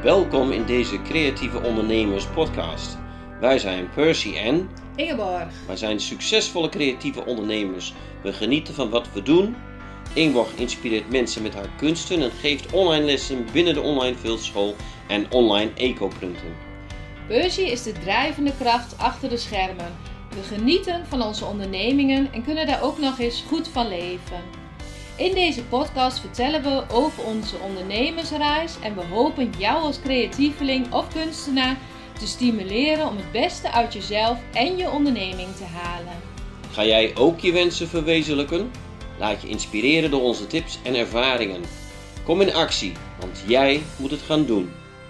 Welkom in deze Creatieve Ondernemers podcast. Wij zijn Percy en Ingeborg. wij zijn succesvolle creatieve ondernemers. We genieten van wat we doen. Ingeborg inspireert mensen met haar kunsten en geeft online lessen binnen de online fieldschool en online eco-prunten. Percy is de drijvende kracht achter de schermen. We genieten van onze ondernemingen en kunnen daar ook nog eens goed van leven. In deze podcast vertellen we over onze ondernemersreis en we hopen jou als creatieveling of kunstenaar te stimuleren om het beste uit jezelf en je onderneming te halen. Ga jij ook je wensen verwezenlijken? Laat je inspireren door onze tips en ervaringen. Kom in actie, want jij moet het gaan doen.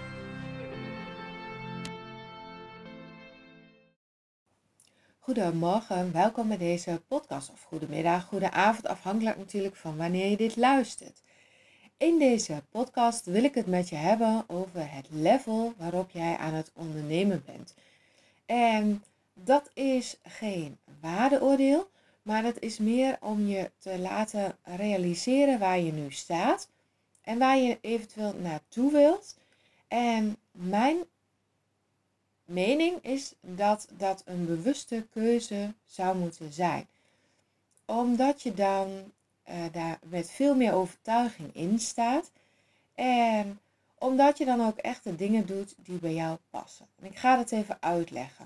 Goedemorgen, welkom bij deze podcast of goedemiddag, goedenavond, afhankelijk natuurlijk van wanneer je dit luistert. In deze podcast wil ik het met je hebben over het level waarop jij aan het ondernemen bent. En dat is geen waardeoordeel, maar dat is meer om je te laten realiseren waar je nu staat en waar je eventueel naartoe wilt. En mijn mening is dat dat een bewuste keuze zou moeten zijn. Omdat je dan daar met veel meer overtuiging in staat. En omdat je dan ook echt de dingen doet die bij jou passen. En ik ga dat even uitleggen.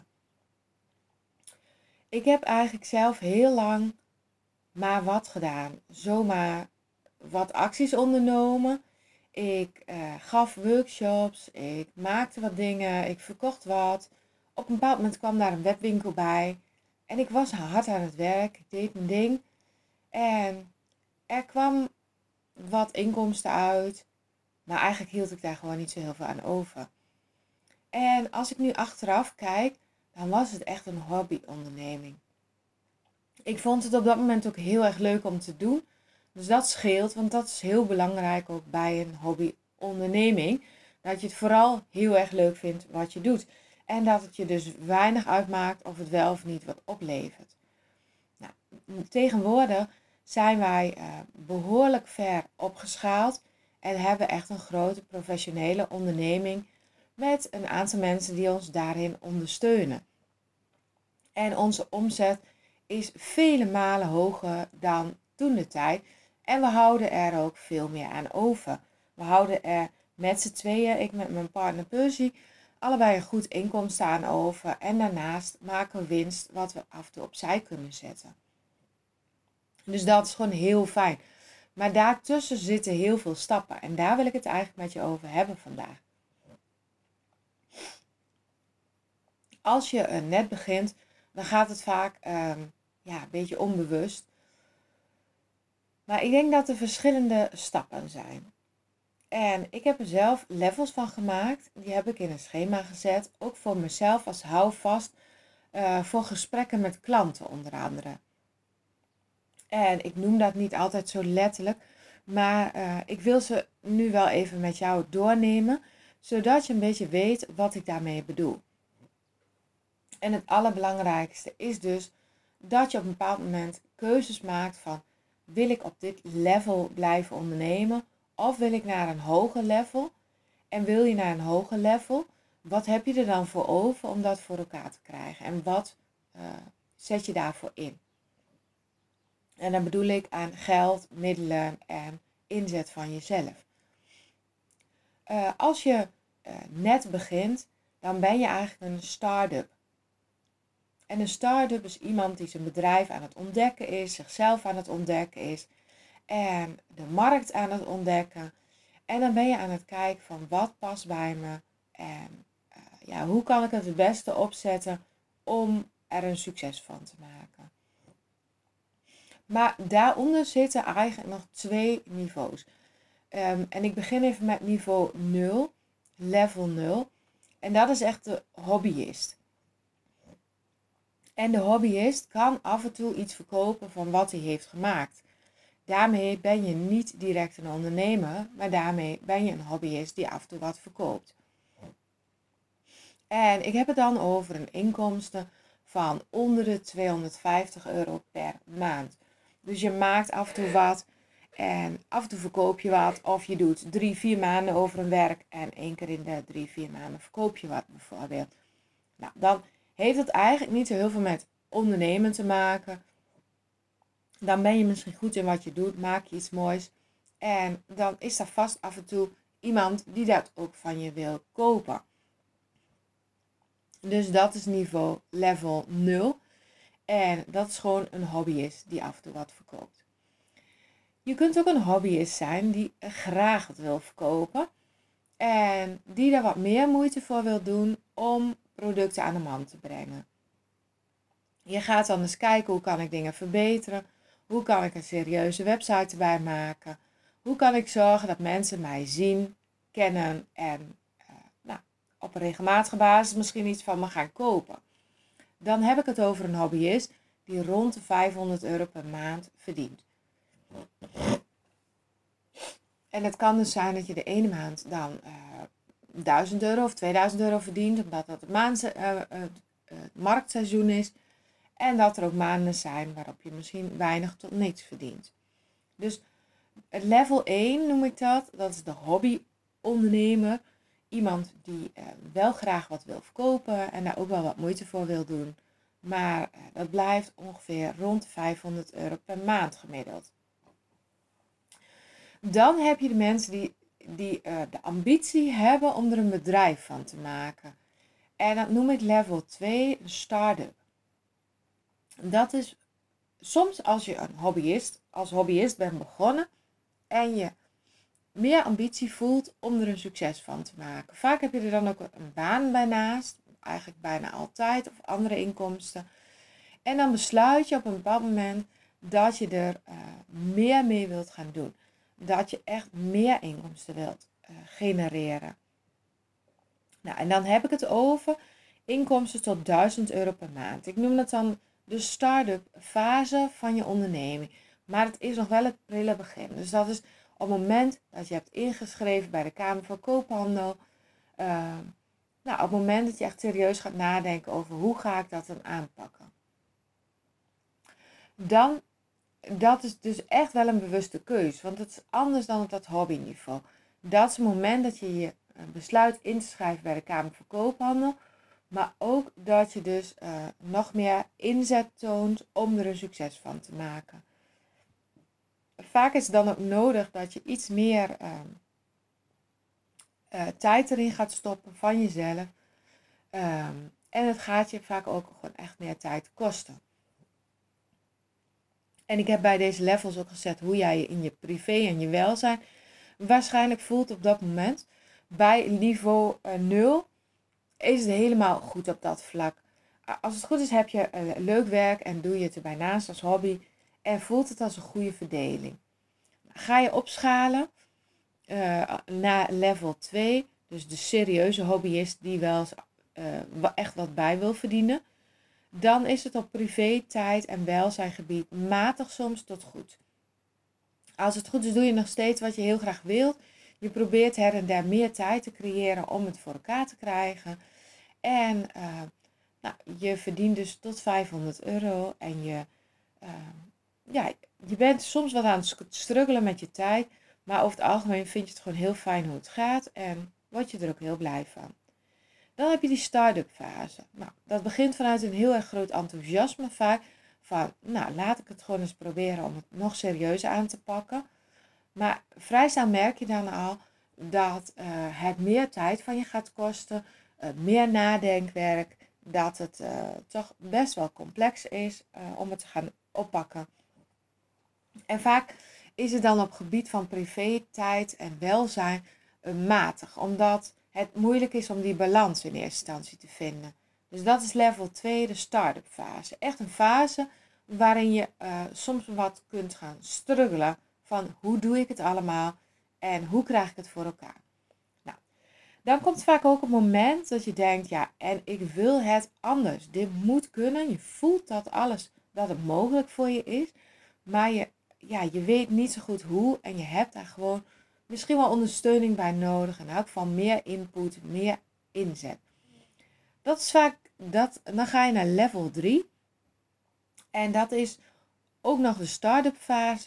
Ik heb eigenlijk zelf heel lang maar wat gedaan. Zomaar wat acties ondernomen. Ik gaf workshops, ik maakte wat dingen, ik verkocht wat. Op een bepaald moment kwam daar een webwinkel bij. En ik was hard aan het werk, ik deed mijn ding. En er kwam wat inkomsten uit. Maar eigenlijk hield ik daar gewoon niet zo heel veel aan over. En als ik nu achteraf kijk, dan was het echt een hobbyonderneming. Ik vond het op dat moment ook heel erg leuk om te doen. Dus dat scheelt, want dat is heel belangrijk ook bij een hobbyonderneming. Dat je het vooral heel erg leuk vindt wat je doet. En dat het je dus weinig uitmaakt of het wel of niet wat oplevert. Nou, tegenwoordig zijn wij behoorlijk ver opgeschaald. En hebben echt een grote professionele onderneming. Met een aantal mensen die ons daarin ondersteunen. En onze omzet is vele malen hoger dan toen de tijd. En we houden er ook veel meer aan over. We houden er met z'n tweeën, ik met mijn partner Percy, allebei een goed inkomsten aan over. En daarnaast maken we winst wat we af en toe opzij kunnen zetten. Dus dat is gewoon heel fijn. Maar daartussen zitten heel veel stappen. En daar wil ik het eigenlijk met je over hebben vandaag. Als je net begint, dan gaat het vaak een beetje onbewust. Maar ik denk dat er verschillende stappen zijn. En ik heb er zelf levels van gemaakt. Die heb ik in een schema gezet. Ook voor mezelf als houvast. Voor gesprekken met klanten onder andere. En ik noem dat niet altijd zo letterlijk. Maar ik wil ze nu wel even met jou doornemen. Zodat je een beetje weet wat ik daarmee bedoel. En het allerbelangrijkste is dus dat je op een bepaald moment keuzes maakt van: wil ik op dit level blijven ondernemen of wil ik naar een hoger level? En wil je naar een hoger level, wat heb je er dan voor over om dat voor elkaar te krijgen? En wat zet je daarvoor in? En dan bedoel ik aan geld, middelen en inzet van jezelf. Als je net begint, dan ben je eigenlijk een start-up. En een start-up is iemand die zijn bedrijf aan het ontdekken is, zichzelf aan het ontdekken is en de markt aan het ontdekken. En dan ben je aan het kijken van wat past bij me en hoe kan ik het beste opzetten om er een succes van te maken. Maar daaronder zitten eigenlijk nog 2 niveaus. En ik begin even met niveau 0, level 0. En dat is echt de hobbyist. En de hobbyist kan af en toe iets verkopen van wat hij heeft gemaakt. Daarmee ben je niet direct een ondernemer, maar daarmee ben je een hobbyist die af en toe wat verkoopt. En ik heb het dan over een inkomsten van onder de €250 per maand. Dus je maakt af en toe wat En af en toe verkoop je wat. Of je doet 3-4 maanden over een werk. En 1 keer in de 3-4 maanden verkoop je wat bijvoorbeeld. Nou, dan heeft het eigenlijk niet zo heel veel met ondernemen te maken. Dan ben je misschien goed in wat je doet. Maak je iets moois. En dan is er vast af en toe iemand die dat ook van je wil kopen. Dus dat is niveau level 0. En dat is gewoon een hobbyist die af en toe wat verkoopt. Je kunt ook een hobbyist zijn die graag wat wil verkopen. En die daar wat meer moeite voor wil doen om producten aan de man te brengen. Je gaat dan eens kijken, hoe kan ik dingen verbeteren? Hoe kan ik een serieuze website erbij maken? Hoe kan ik zorgen dat mensen mij zien, kennen en op een regelmatige basis misschien iets van me gaan kopen? Dan heb ik het over een hobbyist die rond de €500 per maand verdient. En het kan dus zijn dat je de ene maand dan €1000 of €2000 verdient, omdat dat het marktseizoen is. En dat er ook maanden zijn waarop je misschien weinig tot niks verdient. Dus het level 1 noem ik dat. Dat is de hobbyondernemer. Iemand die wel graag wat wil verkopen en daar ook wel wat moeite voor wil doen. Maar dat blijft ongeveer rond de €500 per maand gemiddeld. Dan heb je de mensen die de ambitie hebben om er een bedrijf van te maken. En dat noem ik level 2, een start-up. Dat is soms als je als hobbyist bent begonnen en je meer ambitie voelt om er een succes van te maken. Vaak heb je er dan ook een baan bij naast, eigenlijk bijna altijd, of andere inkomsten. En dan besluit je op een bepaald moment dat je er meer mee wilt gaan doen. Dat je echt meer inkomsten wilt genereren. Nou, en dan heb ik het over inkomsten tot €1000 per maand. Ik noem dat dan de start-up fase van je onderneming. Maar het is nog wel het prille begin. Dus dat is op het moment dat je hebt ingeschreven bij de Kamer van Koophandel. Op het moment dat je echt serieus gaat nadenken over hoe ga ik dat dan aanpakken. Dan, dat is dus echt wel een bewuste keus. Want het is anders dan op dat hobbyniveau. Dat is het moment dat je je besluit in te schrijven bij de Kamer van Koophandel. Maar ook dat je dus nog meer inzet toont om er een succes van te maken. Vaak is het dan ook nodig dat je iets meer tijd erin gaat stoppen van jezelf. En het gaat je vaak ook gewoon echt meer tijd kosten. En ik heb bij deze levels ook gezet hoe jij je in je privé en je welzijn waarschijnlijk voelt op dat moment. Bij niveau 0 is het helemaal goed op dat vlak. Als het goed is heb je leuk werk en doe je het erbij naast als hobby. En voelt het als een goede verdeling. Ga je opschalen naar level 2. Dus de serieuze hobbyist die wel echt wat bij wil verdienen. Dan is het op privé, tijd en welzijngebied matig soms tot goed. Als het goed is doe je nog steeds wat je heel graag wilt. Je probeert her en der meer tijd te creëren om het voor elkaar te krijgen. En je verdient dus tot €500. En je bent soms wat aan het struggelen met je tijd. Maar over het algemeen vind je het gewoon heel fijn hoe het gaat. En word je er ook heel blij van. Dan heb je die start-up fase. Nou, dat begint vanuit een heel erg groot enthousiasme vaak. Van, laat ik het gewoon eens proberen om het nog serieuzer aan te pakken. Maar vrij snel merk je dan al dat het meer tijd van je gaat kosten. Meer nadenkwerk. Dat het toch best wel complex is om het te gaan oppakken. En vaak is het dan op gebied van privé, tijd en welzijn matig. Omdat het moeilijk is om die balans in eerste instantie te vinden. Dus dat is level 2, de start-up fase. Echt een fase waarin je soms wat kunt gaan struggelen van hoe doe ik het allemaal en hoe krijg ik het voor elkaar. Nou, dan komt vaak ook het moment dat je denkt, en ik wil het anders. Dit moet kunnen. Je voelt dat het mogelijk voor je is, maar je weet niet zo goed hoe en je hebt daar gewoon misschien wel ondersteuning bij nodig. En in elk geval meer input, meer inzet. Dat is vaak dan ga je naar level 3. En dat is ook nog de start-up fase.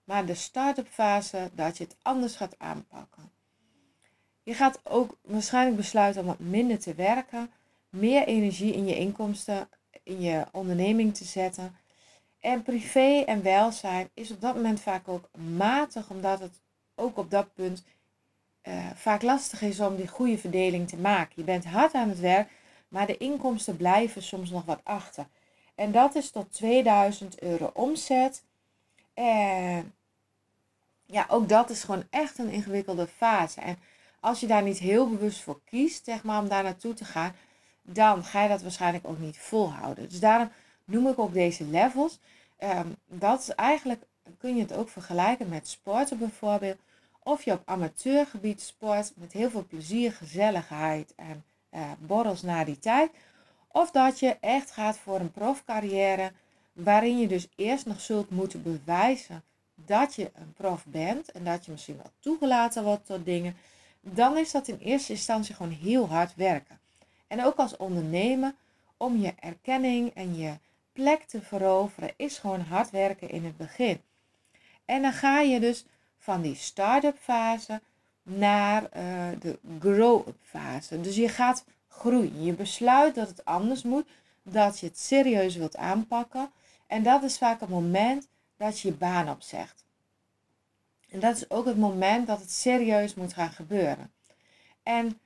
maar de start-up fase dat je het anders gaat aanpakken. Je gaat ook waarschijnlijk besluiten om wat minder te werken, meer energie in je inkomsten, in je onderneming te zetten. En privé en welzijn is op dat moment vaak ook matig, omdat het ook op dat punt vaak lastig is om die goede verdeling te maken. Je bent hard aan het werk, maar de inkomsten blijven soms nog wat achter. En dat is tot 2000 euro omzet. En ja, ook dat is gewoon echt een ingewikkelde fase. En als je daar niet heel bewust voor kiest, zeg maar, om daar naartoe te gaan, dan ga je dat waarschijnlijk ook niet volhouden. Dus daarom noem ik ook deze levels. Dat is eigenlijk, kun je het ook vergelijken met sporten bijvoorbeeld. Of je op amateurgebied sport met heel veel plezier, gezelligheid en borrels na die tijd. Of dat je echt gaat voor een profcarrière waarin je dus eerst nog zult moeten bewijzen dat je een prof bent en dat je misschien wel toegelaten wordt tot dingen. Dan is dat in eerste instantie gewoon heel hard werken. En ook als ondernemer, om je erkenning en je plek te veroveren, is gewoon hard werken in het begin. En dan ga je dus van die start-up fase naar de grow-up fase. Dus je gaat groeien. Je besluit dat het anders moet, dat je het serieus wilt aanpakken. En dat is vaak het moment dat je je baan opzegt. En dat is ook het moment dat het serieus moet gaan gebeuren. En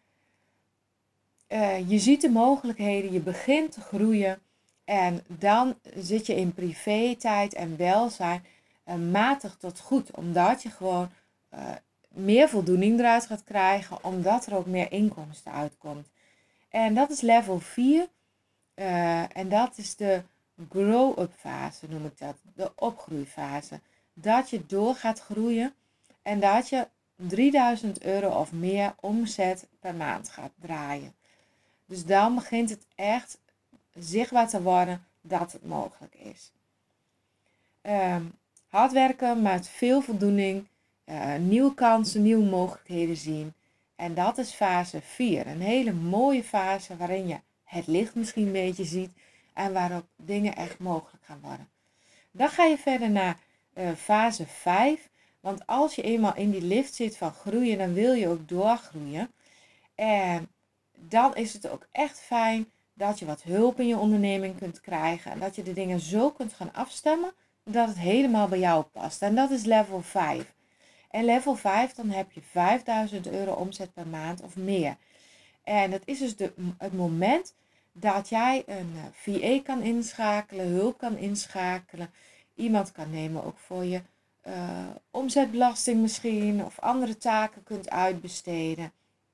je ziet de mogelijkheden, je begint te groeien. En dan zit je in privé-tijd en welzijn matig tot goed. Omdat je gewoon meer voldoening eruit gaat krijgen. Omdat er ook meer inkomsten uitkomt. En dat is level 4. En dat is de grow-up fase, noem ik dat. De opgroeifase. Dat je door gaat groeien. En dat je 3000 euro of meer omzet per maand gaat draaien. Dus dan begint het echt zichtbaar te worden dat het mogelijk is. Hard werken met veel voldoening, nieuwe kansen, nieuwe mogelijkheden zien. En dat is fase 4. Een hele mooie fase waarin je het licht misschien een beetje ziet en waarop dingen echt mogelijk gaan worden. Dan ga je verder naar fase 5. Want als je eenmaal in die lift zit van groeien, dan wil je ook doorgroeien. En dan is het ook echt fijn dat je wat hulp in je onderneming kunt krijgen. En dat je de dingen zo kunt gaan afstemmen dat het helemaal bij jou past. En dat is level 5. En level 5, dan heb je 5000 euro omzet per maand of meer. En dat is dus het moment dat jij een VA kan inschakelen, hulp kan inschakelen. Iemand kan nemen ook voor je omzetbelasting misschien. Of andere taken kunt uitbesteden.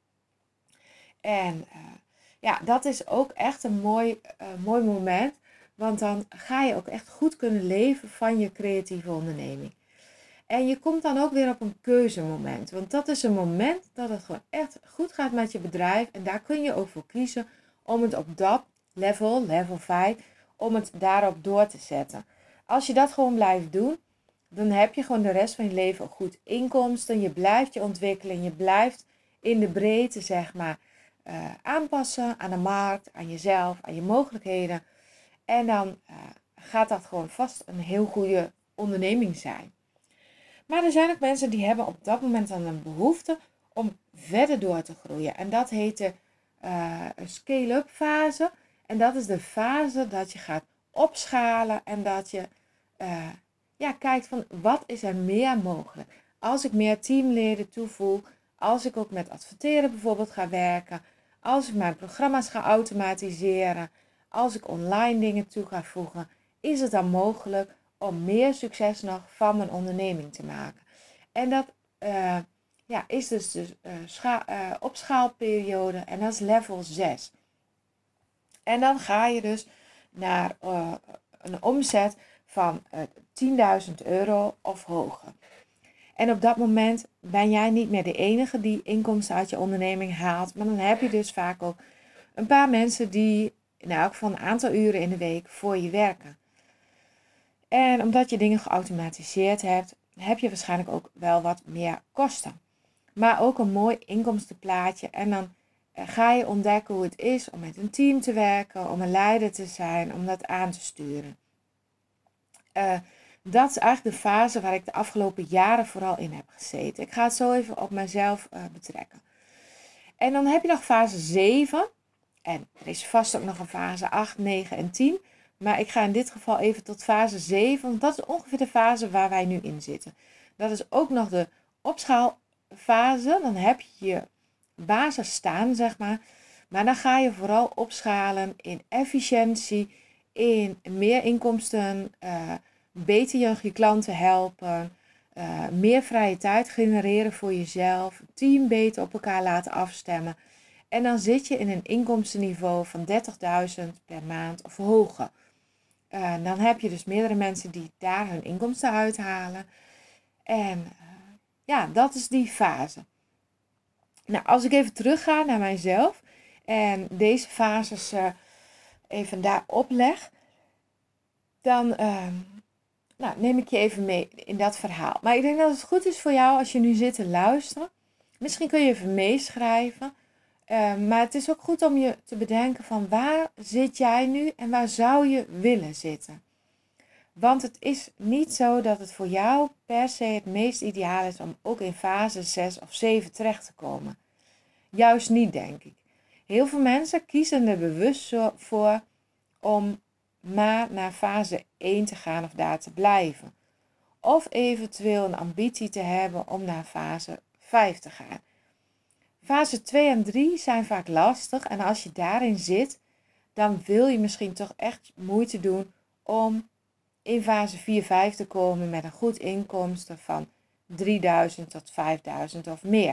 En ja, dat is ook echt een mooi moment. Want dan ga je ook echt goed kunnen leven van je creatieve onderneming. En je komt dan ook weer op een keuzemoment. Want dat is een moment dat het gewoon echt goed gaat met je bedrijf. En daar kun je ook voor kiezen om het op dat level 5, om het daarop door te zetten. Als je dat gewoon blijft doen, dan heb je gewoon de rest van je leven ook goed inkomsten. Je blijft je ontwikkelen. Je blijft in de breedte, zeg maar, aanpassen aan de markt, aan jezelf, aan je mogelijkheden. En dan gaat dat gewoon vast een heel goede onderneming zijn. Maar er zijn ook mensen die hebben op dat moment dan een behoefte om verder door te groeien. En dat heet de scale-up fase. En dat is de fase dat je gaat opschalen en dat je kijkt van wat is er meer mogelijk. Als ik meer teamleden toevoeg, als ik ook met adverteren bijvoorbeeld ga werken, als ik mijn programma's ga automatiseren, als ik online dingen toe ga voegen, is het dan mogelijk om meer succes nog van mijn onderneming te maken. En dat is dus de opschaalperiode en dat is level 6. En dan ga je dus naar een omzet van 10.000 euro of hoger. En op dat moment ben jij niet meer de enige die inkomsten uit je onderneming haalt. Maar dan heb je dus vaak ook een paar mensen die in elk geval een aantal uren in de week voor je werken. En omdat je dingen geautomatiseerd hebt, heb je waarschijnlijk ook wel wat meer kosten. Maar ook een mooi inkomstenplaatje. En dan ga je ontdekken hoe het is om met een team te werken, om een leider te zijn, om dat aan te sturen. Dat is eigenlijk de fase waar ik de afgelopen jaren vooral in heb gezeten. Ik ga het zo even op mezelf betrekken. En dan heb je nog fase 7. En er is vast ook nog een fase 8, 9 en 10. Maar ik ga in dit geval even tot fase 7. Want dat is ongeveer de fase waar wij nu in zitten. Dat is ook nog de opschaalfase. Dan heb je je basis staan, zeg maar. Maar dan ga je vooral opschalen in efficiëntie, in meer inkomsten, beter je klanten helpen, meer vrije tijd genereren voor jezelf, team beter op elkaar laten afstemmen. En dan zit je in een inkomstenniveau van 30.000 per maand of hoger. Dan heb je dus meerdere mensen die daar hun inkomsten uithalen. En dat is die fase. Nou, als ik even terugga naar mijzelf en deze fases even daar opleg, dan neem ik je even mee in dat verhaal. Maar ik denk dat het goed is voor jou als je nu zit te luisteren. Misschien kun je even meeschrijven. Maar het is ook goed om je te bedenken van waar zit jij nu en waar zou je willen zitten. Want het is niet zo dat het voor jou per se het meest ideaal is om ook in fase 6 of 7 terecht te komen. Juist niet, denk ik. Heel veel mensen kiezen er bewust voor om maar naar fase 1 te gaan of daar te blijven. Of eventueel een ambitie te hebben om naar fase 5 te gaan. Fase 2 en 3 zijn vaak lastig en als je daarin zit, dan wil je misschien toch echt moeite doen om in fase 4, 5 te komen met een goed inkomsten van 3.000 tot 5.000 of meer.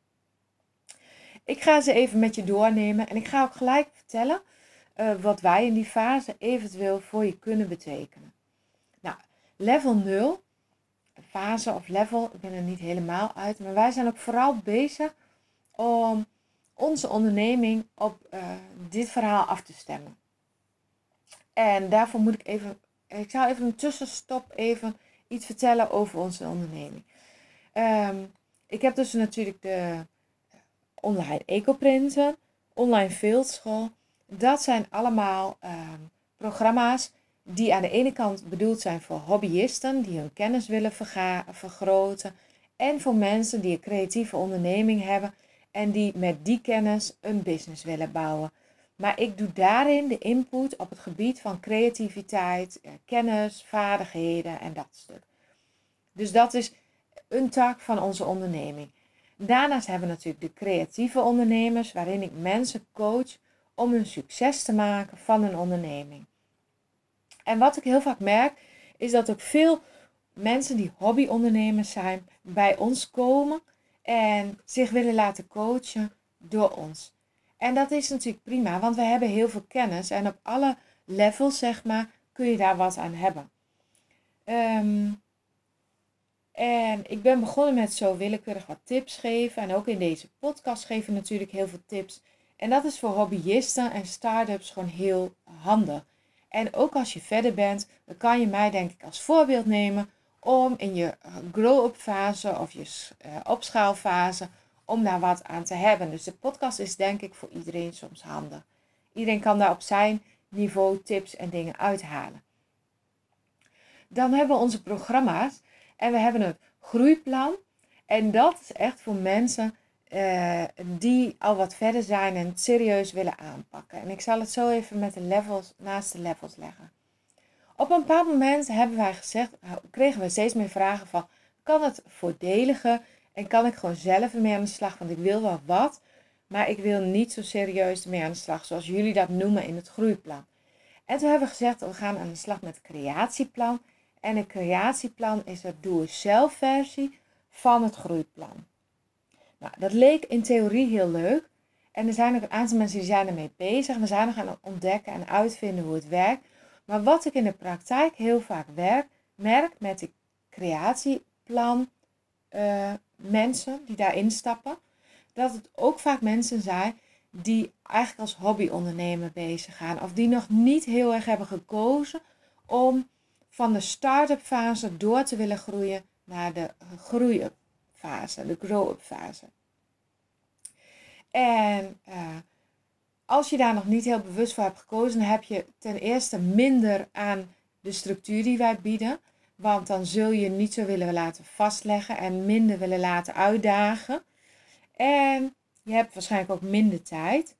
Ik ga ze even met je doornemen en ik ga ook gelijk vertellen wat wij in die fase eventueel voor je kunnen betekenen. Nou, level 0, fase of level, ik ben er niet helemaal uit, maar wij zijn ook vooral bezig om onze onderneming op dit verhaal af te stemmen. En daarvoor moet ik zal even een tussenstop even iets vertellen over onze onderneming. Ik heb dus natuurlijk de online ecoprinten, online fieldschool. Dat zijn allemaal programma's die aan de ene kant bedoeld zijn voor hobbyisten die hun kennis willen vergroten. En voor mensen die een creatieve onderneming hebben en die met die kennis een business willen bouwen. Maar ik doe daarin de input op het gebied van creativiteit, kennis, vaardigheden en dat stuk. Dus dat is een tak van onze onderneming. Daarnaast hebben we natuurlijk de creatieve ondernemers, waarin ik mensen coach om een succes te maken van een onderneming. En wat ik heel vaak merk, is dat ook veel mensen die hobbyondernemers zijn, bij ons komen en zich willen laten coachen door ons. En dat is natuurlijk prima, want we hebben heel veel kennis en op alle levels, zeg maar, kun je daar wat aan hebben. En ik ben begonnen met zo willekeurig wat tips geven. En ook in deze podcast geven we natuurlijk heel veel tips. En dat is voor hobbyisten en start-ups gewoon heel handig. En ook als je verder bent, dan kan je mij denk ik als voorbeeld nemen om in je grow-up fase of je opschaalfase, om daar wat aan te hebben. Dus de podcast is denk ik voor iedereen soms handig. Iedereen kan daar op zijn niveau tips en dingen uithalen. Dan hebben we onze programma's en we hebben een groeiplan. En dat is echt voor mensen die al wat verder zijn en het serieus willen aanpakken. En ik zal het zo even met de levels naast de levels leggen. Op een bepaald moment kregen we steeds meer vragen van, kan het voordeliger en kan ik gewoon zelf ermee aan de slag? Want ik wil wel wat, maar ik wil niet zo serieus ermee aan de slag zoals jullie dat noemen in het groeiplan. En toen hebben we gezegd, we gaan aan de slag met het creatieplan. En een creatieplan is de doe-het-zelf versie van het groeiplan. Nou, dat leek in theorie heel leuk. En er zijn ook een aantal mensen die zijn ermee bezig. We zijn nog aan het ontdekken en uitvinden hoe het werkt. Maar wat ik in de praktijk heel vaak merk met de creatieplan mensen die daarin stappen. Dat het ook vaak mensen zijn die eigenlijk als hobbyondernemer bezig gaan. Of die nog niet heel erg hebben gekozen om van de start-up fase door te willen groeien naar de groei-up fase, de grow-up fase. En als je daar nog niet heel bewust voor hebt gekozen, dan heb je ten eerste minder aan de structuur die wij bieden. Want dan zul je niet zo willen laten vastleggen en minder willen laten uitdagen. En je hebt waarschijnlijk ook minder tijd.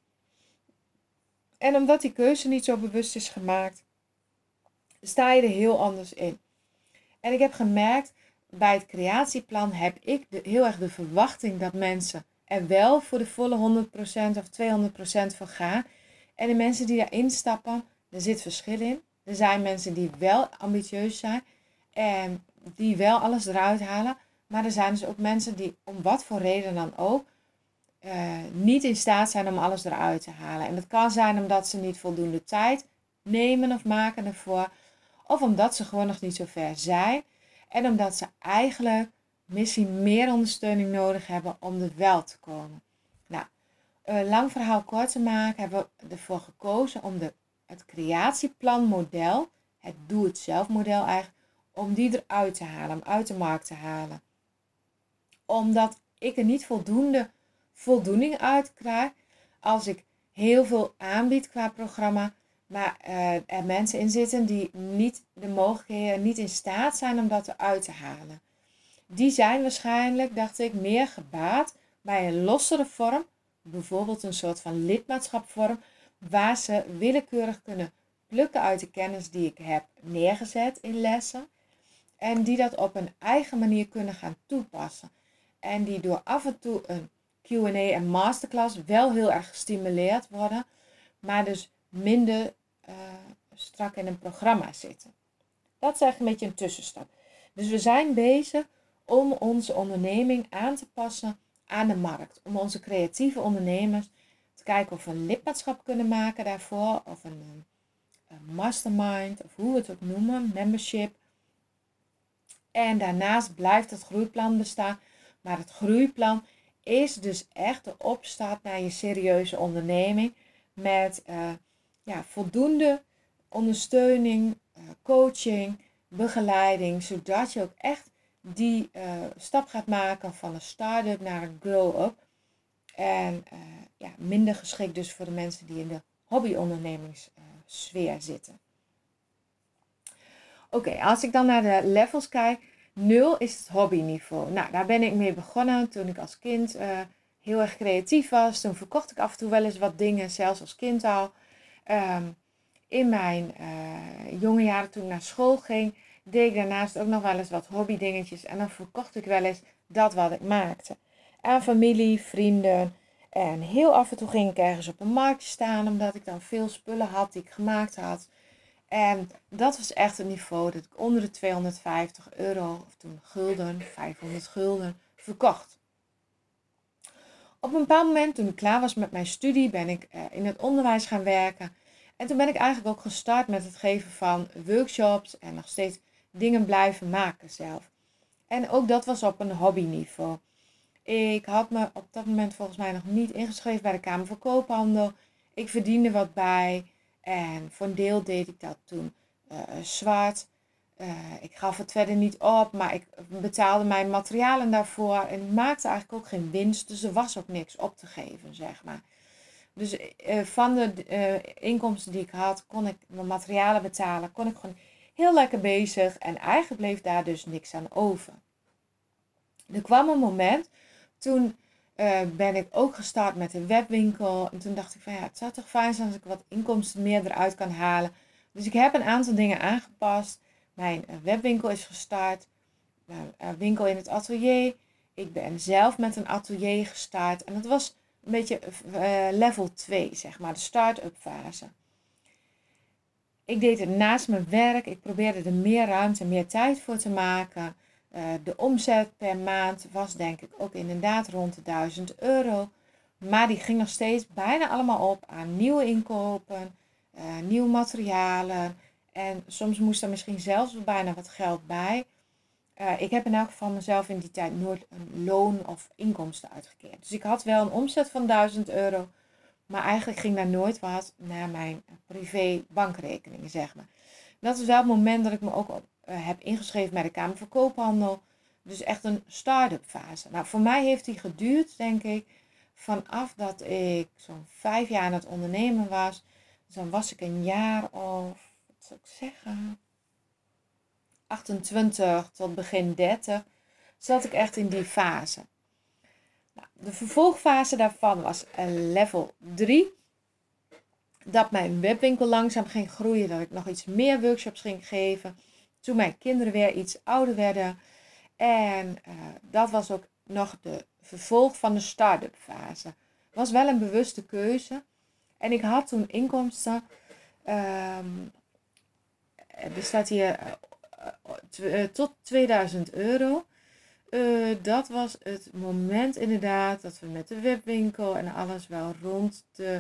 En omdat die keuze niet zo bewust is gemaakt, sta je er heel anders in. En ik heb gemerkt, bij het creatieplan heb ik heel erg de verwachting dat mensen er wel voor de volle 100% of 200% van gaan. En de mensen die daarin stappen, er zit verschil in. Er zijn mensen die wel ambitieus zijn en die wel alles eruit halen. Maar er zijn dus ook mensen die om wat voor reden dan ook niet in staat zijn om alles eruit te halen. En dat kan zijn omdat ze niet voldoende tijd nemen of maken ervoor. Of omdat ze gewoon nog niet zo ver zijn. En omdat ze eigenlijk misschien meer ondersteuning nodig hebben om er wel te komen. Nou, lang verhaal kort te maken, hebben we ervoor gekozen om het creatieplanmodel, het doe-het-zelf model eigenlijk, om die eruit te halen, om uit de markt te halen. Omdat ik er niet voldoende voldoening uit krijg als ik heel veel aanbied qua programma, maar er mensen in zitten die niet de mogelijkheden, niet in staat zijn om dat eruit te halen. Die zijn waarschijnlijk, dacht ik, meer gebaat bij een lossere vorm, bijvoorbeeld een soort van lidmaatschapvorm, waar ze willekeurig kunnen plukken uit de kennis die ik heb neergezet in lessen. En die dat op een eigen manier kunnen gaan toepassen. En die door af en toe een Q&A en masterclass wel heel erg gestimuleerd worden, maar dus minder strak in een programma zitten. Dat is eigenlijk een beetje een tussenstap. Dus we zijn bezig om onze onderneming aan te passen aan de markt. Om onze creatieve ondernemers te kijken of we een lidmaatschap kunnen maken daarvoor. Of een mastermind, of hoe we het ook noemen, membership. En daarnaast blijft het groeiplan bestaan. Maar het groeiplan is dus echt de opstart naar je serieuze onderneming. Met voldoende ondersteuning, coaching, begeleiding. Zodat je ook echt die stap gaat maken van een start-up naar een grow-up. En minder geschikt dus voor de mensen die in de hobbyondernemingssfeer zitten. Oké, als ik dan naar de levels kijk. 0 is het hobbyniveau. Nou, daar ben ik mee begonnen toen ik als kind heel erg creatief was. Toen verkocht ik af en toe wel eens wat dingen, zelfs als kind al. In mijn jonge jaren toen ik naar school ging, deed ik daarnaast ook nog wel eens wat hobbydingetjes. En dan verkocht ik wel eens dat wat ik maakte. Aan familie, vrienden. En heel af en toe ging ik ergens op een marktje staan, omdat ik dan veel spullen had die ik gemaakt had. En dat was echt een niveau dat ik onder de 250 euro, of toen gulden, 500 gulden, verkocht. Op een bepaald moment, toen ik klaar was met mijn studie, ben ik in het onderwijs gaan werken. En toen ben ik eigenlijk ook gestart met het geven van workshops en nog steeds dingen blijven maken zelf. En ook dat was op een hobbyniveau. Ik had me op dat moment volgens mij nog niet ingeschreven bij de Kamer van Koophandel. Ik verdiende wat bij. En voor een deel deed ik dat toen zwart. Ik gaf het verder niet op, maar ik betaalde mijn materialen daarvoor. En ik maakte eigenlijk ook geen winst, dus er was ook niks op te geven, zeg maar. Dus van de inkomsten die ik had, kon ik mijn materialen betalen. Kon ik gewoon heel lekker bezig. En eigenlijk bleef daar dus niks aan over. Er kwam een moment, toen ben ik ook gestart met een webwinkel. En toen dacht ik van het zou toch fijn zijn als ik wat inkomsten meer eruit kan halen. Dus ik heb een aantal dingen aangepast. Mijn webwinkel is gestart. Mijn winkel in het atelier. Ik ben zelf met een atelier gestart. En dat was een beetje level 2, zeg maar, de start-up fase. Ik deed het naast mijn werk. Ik probeerde er meer ruimte en meer tijd voor te maken. De omzet per maand was denk ik ook inderdaad rond de 1000 euro. Maar die ging nog steeds bijna allemaal op aan nieuwe inkopen, nieuwe materialen. En soms moest er misschien zelfs bijna wat geld bij. Ik heb in elk geval mezelf in die tijd nooit een loon of inkomsten uitgekeerd. Dus ik had wel een omzet van 1000 euro. Maar eigenlijk ging daar nooit wat naar mijn privé bankrekening, zeg maar. Dat is wel het moment dat ik me ook heb ingeschreven bij de Kamer van Koophandel. Dus echt een start-up fase. Nou, voor mij heeft die geduurd, denk ik, vanaf dat ik zo'n 5 jaar aan het ondernemen was. Dus dan was ik een jaar of, wat zou ik zeggen, 28 tot begin 30 zat ik echt in die fase. Nou, de vervolgfase daarvan was level 3. Dat mijn webwinkel langzaam ging groeien. Dat ik nog iets meer workshops ging geven. Toen mijn kinderen weer iets ouder werden. En dat was ook nog de vervolg van de start-up fase. Was wel een bewuste keuze. En ik had toen inkomsten. Er staat hier tot 2000 euro. Dat was het moment inderdaad dat we met de webwinkel en alles wel rond de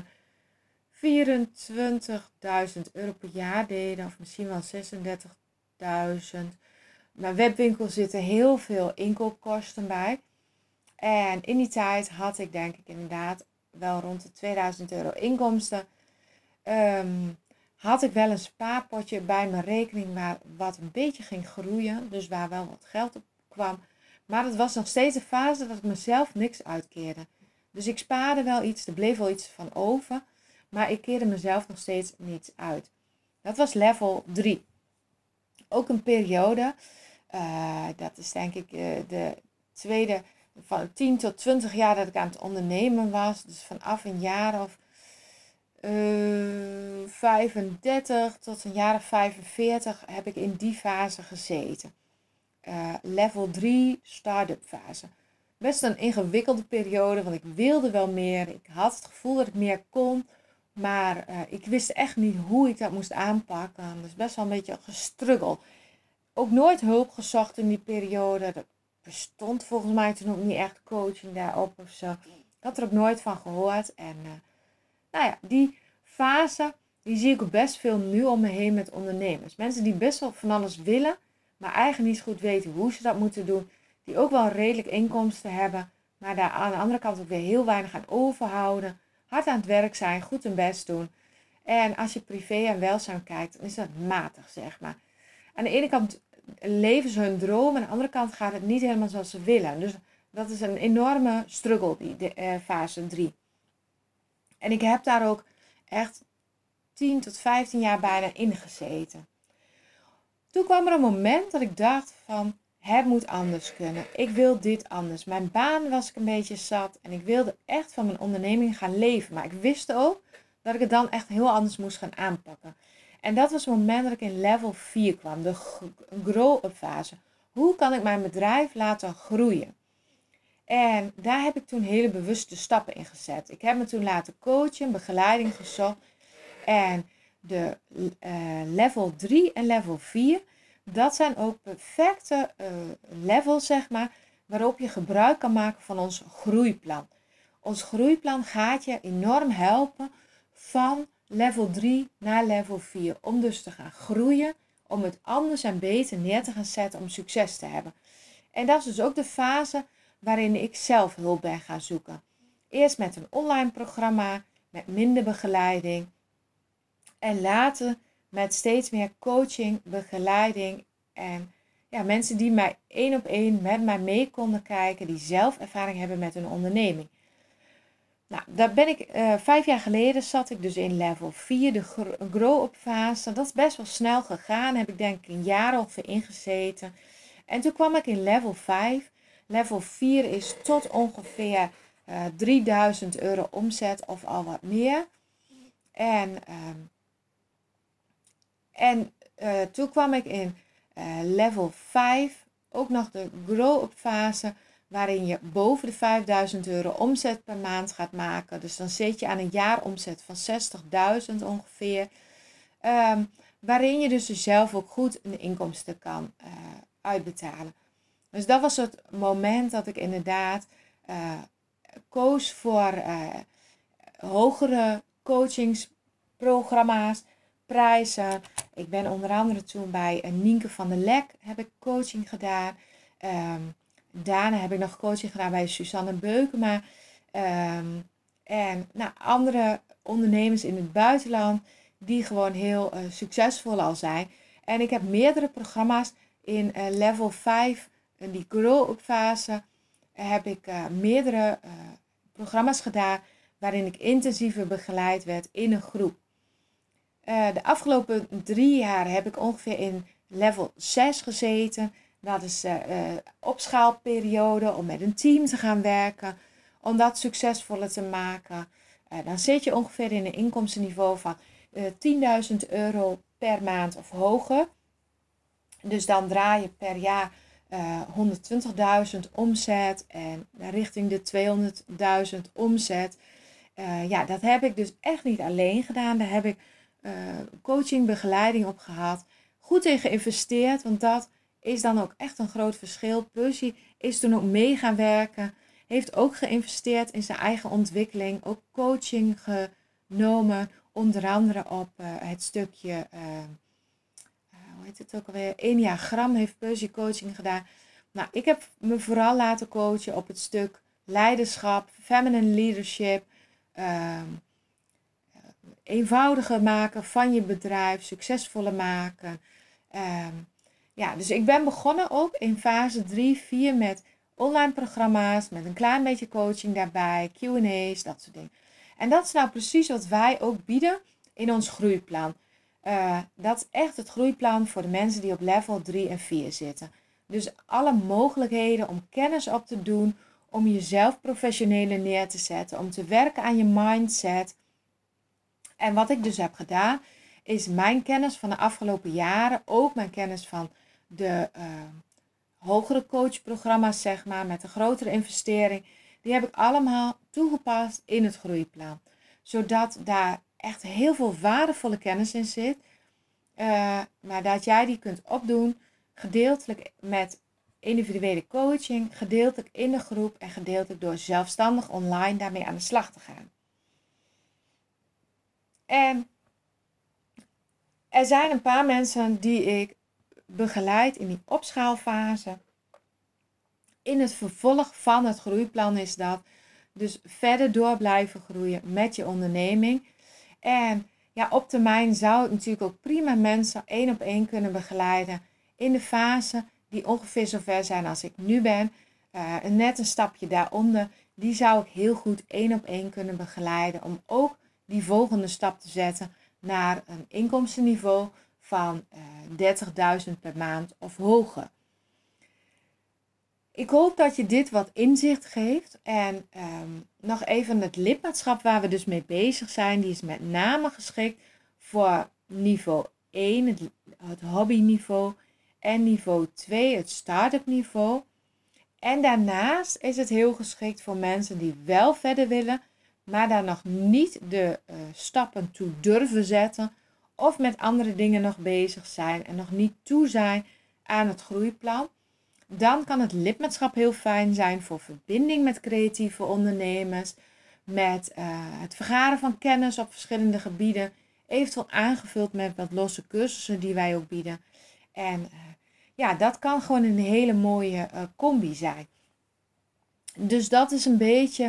24.000 euro per jaar deden. Of misschien wel 36.000. Mijn webwinkel zitten heel veel inkoopkosten bij. En in die tijd had ik denk ik inderdaad wel rond de 2000 euro inkomsten. Had ik wel een spaarpotje bij mijn rekening waar wat een beetje ging groeien. Dus waar wel wat geld op kwam. Maar het was nog steeds een fase dat ik mezelf niks uitkeerde. Dus ik spaarde wel iets, er bleef wel iets van over. Maar ik keerde mezelf nog steeds niets uit. Dat was level 3. Ook een periode. Dat is denk ik de tweede van 10 tot 20 jaar dat ik aan het ondernemen was. Dus vanaf een jaar of 35 tot een jaar of 45 heb ik in die fase gezeten. Level 3 start-up fase. Best een ingewikkelde periode, want ik wilde wel meer. Ik had het gevoel dat ik meer kon. Maar ik wist echt niet hoe ik dat moest aanpakken. Dus best wel een beetje gestruggeld. Ook nooit hulp gezocht in die periode. Er bestond volgens mij toen ook niet echt coaching daarop of zo. Ik had er ook nooit van gehoord. En die fase, die zie ik ook best veel nu om me heen met ondernemers. Mensen die best wel van alles willen, maar eigenlijk niet goed weten hoe ze dat moeten doen. Die ook wel redelijk inkomsten hebben, maar daar aan de andere kant ook weer heel weinig aan overhouden. Hard aan het werk zijn, goed hun best doen. En als je privé en welzijn kijkt, dan is dat matig, zeg maar. Aan de ene kant leven ze hun droom, aan de andere kant gaat het niet helemaal zoals ze willen. Dus dat is een enorme struggle, die fase 3. En ik heb daar ook echt 10 tot 15 jaar bijna in gezeten. Toen kwam er een moment dat ik dacht van, het moet anders kunnen. Ik wil dit anders. Mijn baan was ik een beetje zat en ik wilde echt van mijn onderneming gaan leven. Maar ik wist ook dat ik het dan echt heel anders moest gaan aanpakken. En dat was het moment dat ik in level 4 kwam, de grow-up fase. Hoe kan ik mijn bedrijf laten groeien? En daar heb ik toen hele bewuste stappen in gezet. Ik heb me toen laten coachen, begeleiding gezocht. En de level 3 en level 4, dat zijn ook perfecte levels, zeg maar, waarop je gebruik kan maken van ons groeiplan. Ons groeiplan gaat je enorm helpen van level 3 naar level 4. Om dus te gaan groeien, om het anders en beter neer te gaan zetten om succes te hebben. En dat is dus ook de fase waarin ik zelf hulp ben gaan zoeken. Eerst met een online programma, met minder begeleiding. En later met steeds meer coaching, begeleiding en mensen die mij 1 op 1 met mij mee konden kijken, die zelf ervaring hebben met hun onderneming. Nou, daar ben ik 5 jaar geleden zat ik dus in level 4, de grow-up fase. Dat is best wel snel gegaan, heb ik denk ik een jaar ongeveer ingezeten. En toen kwam ik in level 5. Level 4 is tot ongeveer 3000 euro omzet of al wat meer. En toen kwam ik in level 5, ook nog de grow-up fase, waarin je boven de 5000 euro omzet per maand gaat maken. Dus dan zit je aan een jaaromzet van 60.000 ongeveer. Waarin je dus zelf ook goed een inkomsten kan uitbetalen. Dus dat was het moment dat ik inderdaad koos voor hogere coachingsprogramma's, prijzen. Ik ben onder andere toen bij Nienke van der Lek heb ik coaching gedaan. Daarna heb ik nog coaching gedaan bij Suzanne Beukema. En andere ondernemers in het buitenland die gewoon heel succesvol al zijn. En ik heb meerdere programma's in level 5, in die grow-up fase, heb ik meerdere programma's gedaan waarin ik intensiever begeleid werd in een groep. De afgelopen 3 jaar heb ik ongeveer in level 6 gezeten. Dat is opschaalperiode om met een team te gaan werken. Om dat succesvoller te maken. Dan zit je ongeveer in een inkomstenniveau van 10.000 euro per maand of hoger. Dus dan draai je per jaar 120.000 omzet en richting de 200.000 omzet. Dat heb ik dus echt niet alleen gedaan. Daar heb ik coaching, begeleiding op gehad. Goed in geïnvesteerd, want dat is dan ook echt een groot verschil. Percy is toen ook mee gaan werken. Heeft ook geïnvesteerd in zijn eigen ontwikkeling. Ook coaching genomen. Onder andere op het stukje, hoe heet het ook alweer? Enneagram heeft Percy coaching gedaan. Nou, ik heb me vooral laten coachen op het stuk leiderschap, feminine leadership. Eenvoudiger maken van je bedrijf, succesvoller maken. Dus ik ben begonnen ook in fase 3, 4 met online programma's, met een klein beetje coaching daarbij, Q&A's, dat soort dingen. En dat is nou precies wat wij ook bieden in ons groeiplan. Dat is echt het groeiplan voor de mensen die op level 3 en 4 zitten. Dus alle mogelijkheden om kennis op te doen, om jezelf professioneler neer te zetten, om te werken aan je mindset. En wat ik dus heb gedaan, is mijn kennis van de afgelopen jaren, ook mijn kennis van de hogere coachprogramma's, zeg maar, met een grotere investering, die heb ik allemaal toegepast in het groeiplan. Zodat daar echt heel veel waardevolle kennis in zit, maar dat jij die kunt opdoen, gedeeltelijk met individuele coaching, gedeeltelijk in de groep en gedeeltelijk door zelfstandig online daarmee aan de slag te gaan. En er zijn een paar mensen die ik begeleid in die opschaalfase. In het vervolg van het groeiplan is dat dus verder door blijven groeien met je onderneming. En ja, op termijn zou ik natuurlijk ook prima mensen 1-op-1 kunnen begeleiden in de fase die ongeveer zo ver zijn als ik nu ben. Net een stapje daaronder, die zou ik heel goed 1-op-1 kunnen begeleiden om ook die volgende stap te zetten naar een inkomstenniveau van 30.000 per maand of hoger. Ik hoop dat je dit wat inzicht geeft. En nog even het lidmaatschap waar we dus mee bezig zijn. Die is met name geschikt voor niveau 1, het hobbyniveau. En niveau 2, het start-up niveau. En daarnaast is het heel geschikt voor mensen die wel verder willen, maar daar nog niet de stappen toe durven zetten. Of met andere dingen nog bezig zijn en nog niet toe zijn aan het groeiplan. Dan kan het lidmaatschap heel fijn zijn voor verbinding met creatieve ondernemers. Met het vergaren van kennis op verschillende gebieden. Eventueel aangevuld met wat losse cursussen die wij ook bieden. En dat kan gewoon een hele mooie combi zijn. Dus dat is een beetje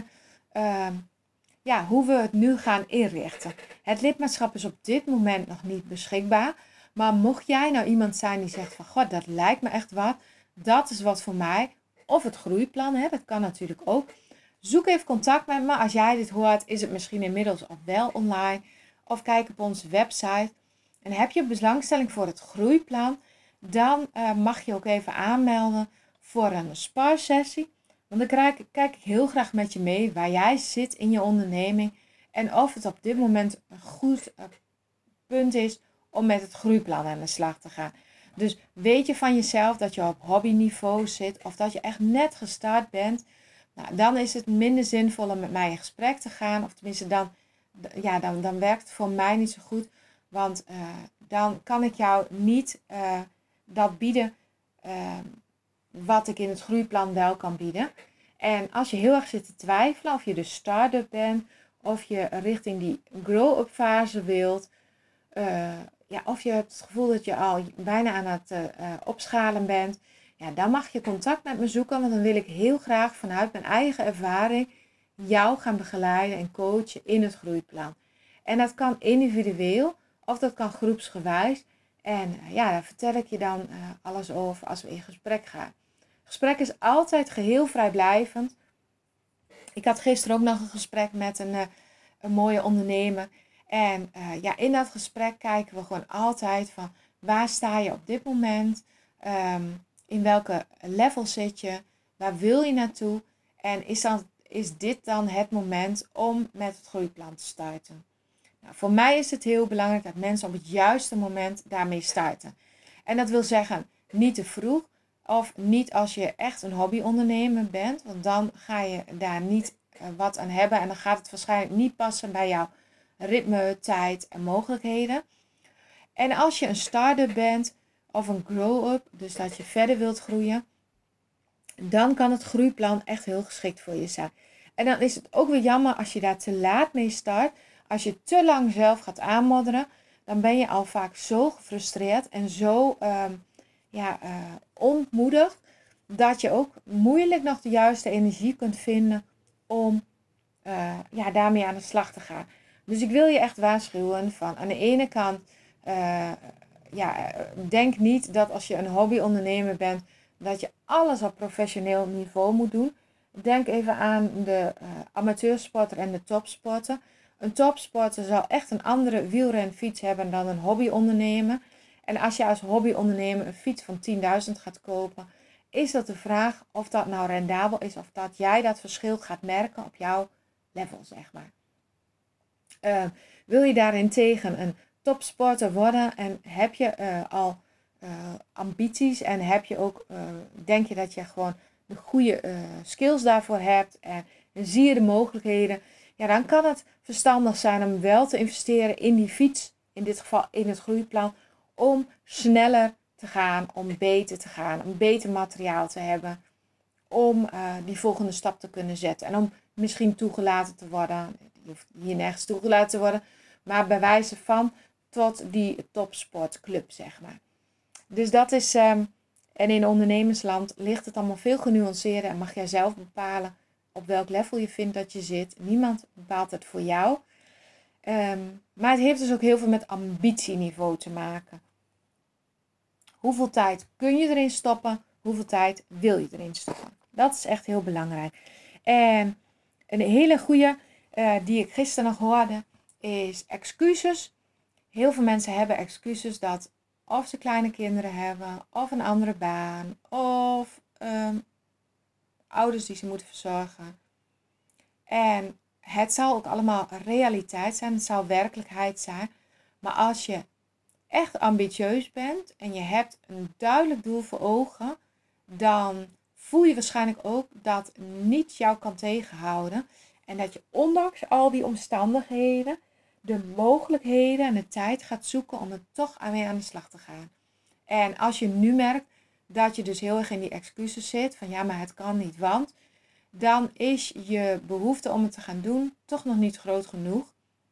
hoe we het nu gaan inrichten. Het lidmaatschap is op dit moment nog niet beschikbaar. Maar mocht jij nou iemand zijn die zegt van, god, dat lijkt me echt wat. Dat is wat voor mij. Of het groeiplan, dat kan natuurlijk ook. Zoek even contact met me. Als jij dit hoort, is het misschien inmiddels al wel online. Of kijk op onze website. En heb je belangstelling voor het groeiplan, dan mag je ook even aanmelden voor een sparsessie. Want dan kijk ik heel graag met je mee waar jij zit in je onderneming. En of het op dit moment een goed punt is om met het groeiplan aan de slag te gaan. Dus weet je van jezelf dat je op hobbyniveau zit of dat je echt net gestart bent. Nou, dan is het minder zinvol om met mij in gesprek te gaan. Of tenminste, dan werkt het voor mij niet zo goed. Want dan kan ik jou niet dat bieden wat ik in het groeiplan wel kan bieden. En als je heel erg zit te twijfelen of je dus start-up bent, of je richting die grow-up fase wilt, of je hebt het gevoel dat je al bijna aan het opschalen bent, dan mag je contact met me zoeken, want dan wil ik heel graag vanuit mijn eigen ervaring jou gaan begeleiden en coachen in het groeiplan. En dat kan individueel of dat kan groepsgewijs. En daar vertel ik je dan alles over als we in gesprek gaan. Gesprek is altijd geheel vrijblijvend. Ik had gisteren ook nog een gesprek met een mooie ondernemer. En in dat gesprek kijken we gewoon altijd van Waar sta je op dit moment? In welke level zit je? Waar wil je naartoe? En is dit dan het moment om met het groeiplan te starten? Nou, voor mij is het heel belangrijk dat mensen op het juiste moment daarmee starten. En dat wil zeggen, niet te vroeg of niet als je echt een hobbyondernemer bent. Want dan ga je daar niet wat aan hebben en dan gaat het waarschijnlijk niet passen bij jouw ritme, tijd en mogelijkheden. En als je een start-up bent of een grow-up, dus dat je verder wilt groeien, dan kan het groeiplan echt heel geschikt voor je zijn. En dan is het ook weer jammer als je daar te laat mee start. Als je te lang zelf gaat aanmodderen, dan ben je al vaak zo gefrustreerd en zo ontmoedigd, dat je ook moeilijk nog de juiste energie kunt vinden om daarmee aan de slag te gaan. Dus ik wil je echt waarschuwen van aan de ene kant, denk niet dat als je een hobbyondernemer bent, dat je alles op professioneel niveau moet doen. Denk even aan de amateursporter en de topsporter. Een topsporter zal echt een andere wielrenfiets hebben dan een hobbyondernemer. En als je als hobbyondernemer een fiets van 10.000 gaat kopen, is dat de vraag of dat nou rendabel is of dat jij dat verschil gaat merken op jouw level, zeg maar. Wil je daarentegen een topsporter worden en heb je al ambities en heb je ook, denk je dat je gewoon de goede skills daarvoor hebt en zie je de mogelijkheden, ja, dan kan het verstandig zijn om wel te investeren in die fiets, in dit geval in het groeiplan, om sneller te gaan, om beter te gaan, om beter materiaal te hebben, om die volgende stap te kunnen zetten en om misschien toegelaten te worden. Je hoeft hier nergens toegelaten te worden, maar bij wijze van tot die topsportclub, zeg maar. Dus dat is, en in ondernemersland ligt het allemaal veel genuanceerder en mag jij zelf bepalen op welk level je vindt dat je zit. Niemand bepaalt het voor jou. Maar het heeft dus ook heel veel met ambitieniveau te maken. Hoeveel tijd kun je erin stoppen? Hoeveel tijd wil je erin stoppen? Dat is echt heel belangrijk. En een hele goede die ik gisteren nog hoorde is excuses. Heel veel mensen hebben excuses dat of ze kleine kinderen hebben, of een andere baan, of ouders die ze moeten verzorgen. En het zal ook allemaal realiteit zijn, het zal werkelijkheid zijn. Maar als je echt ambitieus bent en je hebt een duidelijk doel voor ogen, dan voel je waarschijnlijk ook dat niets jou kan tegenhouden. En dat je ondanks al die omstandigheden de mogelijkheden en de tijd gaat zoeken om er toch mee aan de slag te gaan. En als je nu merkt dat je dus heel erg in die excuses zit, van ja, maar het kan niet, want dan is je behoefte om het te gaan doen toch nog niet groot genoeg.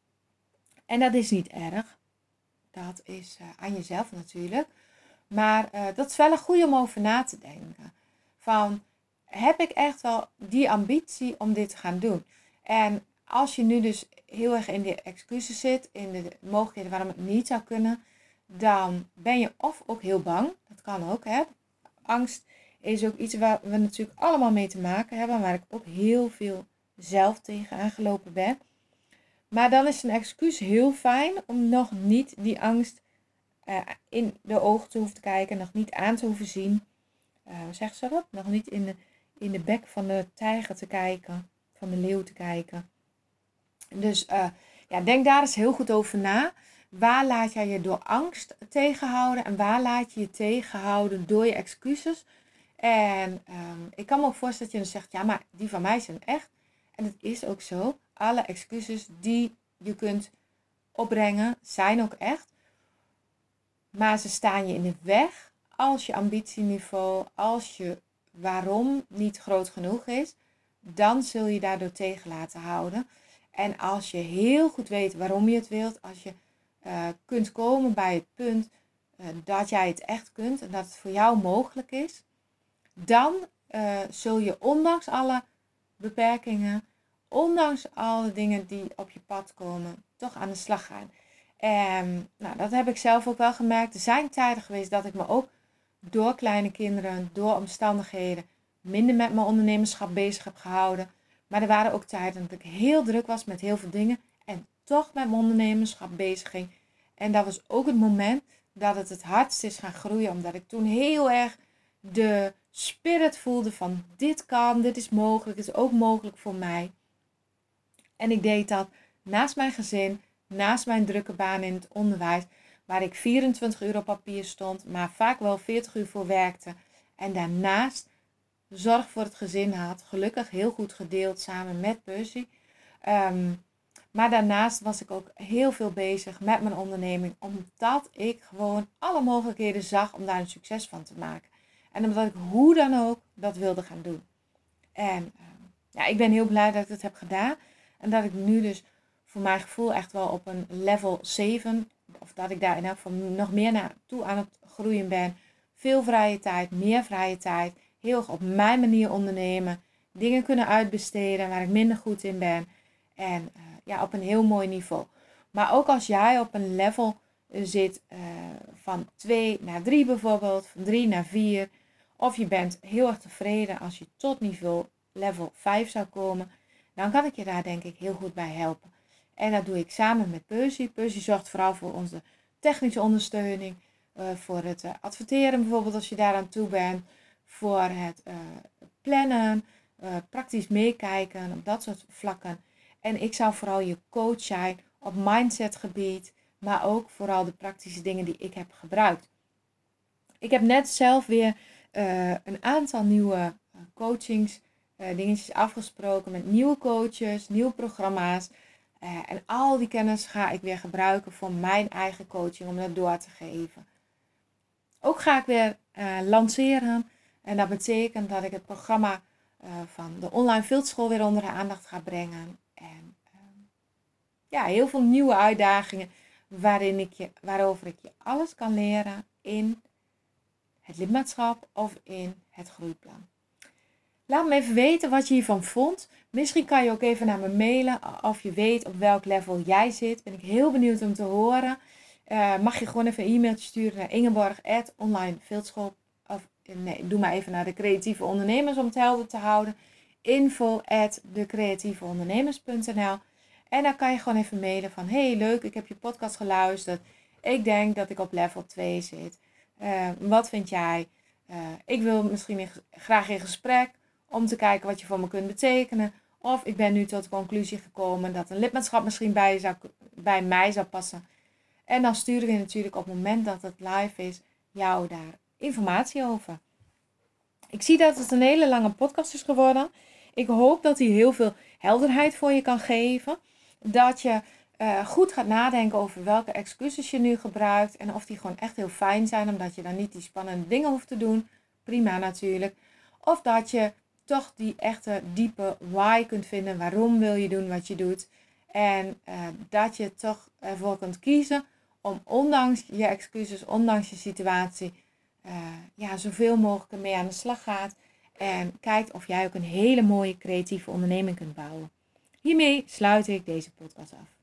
En dat is niet erg. Dat is aan jezelf natuurlijk. Maar dat is wel een goede om over na te denken. Van, heb ik echt wel die ambitie om dit te gaan doen? En als je nu dus heel erg in de excuses zit, in de mogelijkheden waarom het niet zou kunnen, dan ben je of ook heel bang. Dat kan ook, hè. Angst is ook iets waar we natuurlijk allemaal mee te maken hebben, waar ik ook heel veel zelf tegen aangelopen ben. Maar dan is een excuus heel fijn om nog niet die angst in de ogen te hoeven te kijken, nog niet aan te hoeven zien. Hoe zeggen ze dat? Nog niet in de bek van de tijger te kijken, van de leeuw te kijken. Dus denk daar eens heel goed over na. Waar laat jij je door angst tegenhouden en waar laat je je tegenhouden door je excuses? En ik kan me ook voorstellen dat je dan zegt, ja, maar die van mij zijn echt. En het is ook zo. Alle excuses die je kunt opbrengen zijn ook echt. Maar ze staan je in de weg als je ambitieniveau, als je waarom niet groot genoeg is. Dan zul je daardoor tegen laten houden. En als je heel goed weet waarom je het wilt, als je kunt komen bij het punt dat jij het echt kunt en dat het voor jou mogelijk is, dan zul je ondanks alle beperkingen, ondanks alle dingen die op je pad komen, toch aan de slag gaan. En dat heb ik zelf ook wel gemerkt. Er zijn tijden geweest dat ik me ook door kleine kinderen, door omstandigheden, minder met mijn ondernemerschap bezig heb gehouden. Maar er waren ook tijden dat ik heel druk was met heel veel dingen en toch met mijn ondernemerschap bezig ging. En dat was ook het moment dat het hardst is gaan groeien. Omdat ik toen heel erg de spirit voelde van dit kan, dit is mogelijk, dit is ook mogelijk voor mij. En ik deed dat naast mijn gezin, naast mijn drukke baan in het onderwijs, waar ik 24 uur op papier stond, maar vaak wel 40 uur voor werkte. En daarnaast zorg voor het gezin had, gelukkig heel goed gedeeld samen met Percy. Maar daarnaast was ik ook heel veel bezig met mijn onderneming, omdat ik gewoon alle mogelijkheden zag om daar een succes van te maken. En omdat ik hoe dan ook dat wilde gaan doen. En ik ben heel blij dat ik het heb gedaan. En dat ik nu dus voor mijn gevoel echt wel op een level 7, of dat ik daar in elk geval nog meer naartoe aan het groeien ben. Veel vrije tijd, meer vrije tijd. Heel erg op mijn manier ondernemen. Dingen kunnen uitbesteden waar ik minder goed in ben. En op een heel mooi niveau. Maar ook als jij op een level zit van 2 naar 3 bijvoorbeeld, van 3 naar 4. Of je bent heel erg tevreden als je tot niveau level 5 zou komen. Dan kan ik je daar denk ik heel goed bij helpen. En dat doe ik samen met Percy. Percy zorgt vooral voor onze technische ondersteuning. Voor het adverteren bijvoorbeeld als je daaraan toe bent. Voor het plannen. Praktisch meekijken op dat soort vlakken. En ik zou vooral je coach zijn op mindsetgebied. Maar ook vooral de praktische dingen die ik heb gebruikt. Ik heb net zelf weer een aantal nieuwe coachings dingetjes afgesproken met nieuwe coaches, nieuwe programma's. En al die kennis ga ik weer gebruiken voor mijn eigen coaching om dat door te geven. Ook ga ik weer lanceren. En dat betekent dat ik het programma van de online fieldschool weer onder de aandacht ga brengen. En heel veel nieuwe uitdagingen waarover ik je alles kan leren in het lidmaatschap of in het groeiplan. Laat me even weten wat je hiervan vond. Misschien kan je ook even naar me mailen of je weet op welk level jij zit. Ben ik heel benieuwd om te horen. Mag je gewoon even een e-mailtje sturen naar Ingeborg@onlinefieldschool. Of nee, doe maar even naar de creatieve ondernemers om het helder te houden. info@decreatieveondernemers.nl. En dan kan je gewoon even mailen van hey leuk, ik heb je podcast geluisterd. Ik denk dat ik op level 2 zit. Wat vind jij? Ik wil misschien graag in gesprek om te kijken wat je voor me kunt betekenen. Of ik ben nu tot de conclusie gekomen dat een lidmaatschap misschien bij mij zou passen. En dan stuur ik natuurlijk op het moment dat het live is jou daar informatie over. Ik zie dat het een hele lange podcast is geworden. Ik hoop dat hij heel veel helderheid voor je kan geven. Dat je goed gaat nadenken over welke excuses je nu gebruikt. En of die gewoon echt heel fijn zijn. Omdat je dan niet die spannende dingen hoeft te doen. Prima natuurlijk. Of dat je toch die echte diepe why kunt vinden. Waarom wil je doen wat je doet. En dat je toch ervoor kunt kiezen om ondanks je excuses, ondanks je situatie, zoveel mogelijk ermee aan de slag gaat. En kijkt of jij ook een hele mooie creatieve onderneming kunt bouwen. Hiermee sluit ik deze podcast af.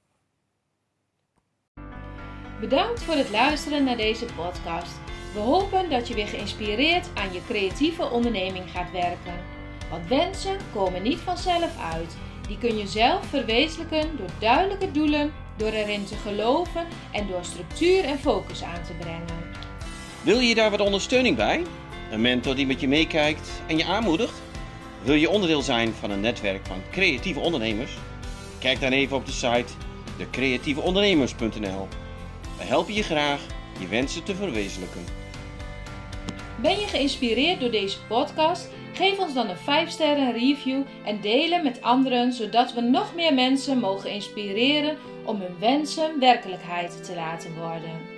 Bedankt voor het luisteren naar deze podcast. We hopen dat je weer geïnspireerd aan je creatieve onderneming gaat werken. Want wensen komen niet vanzelf uit. Die kun je zelf verwezenlijken door duidelijke doelen, door erin te geloven en door structuur en focus aan te brengen. Wil je daar wat ondersteuning bij? Een mentor die met je meekijkt en je aanmoedigt? Wil je onderdeel zijn van een netwerk van creatieve ondernemers? Kijk dan even op de site decreatieveondernemers.nl. We helpen je graag je wensen te verwezenlijken. Ben je geïnspireerd door deze podcast? Geef ons dan een 5-sterren review en deel hem met anderen, zodat we nog meer mensen mogen inspireren om hun wensen werkelijkheid te laten worden.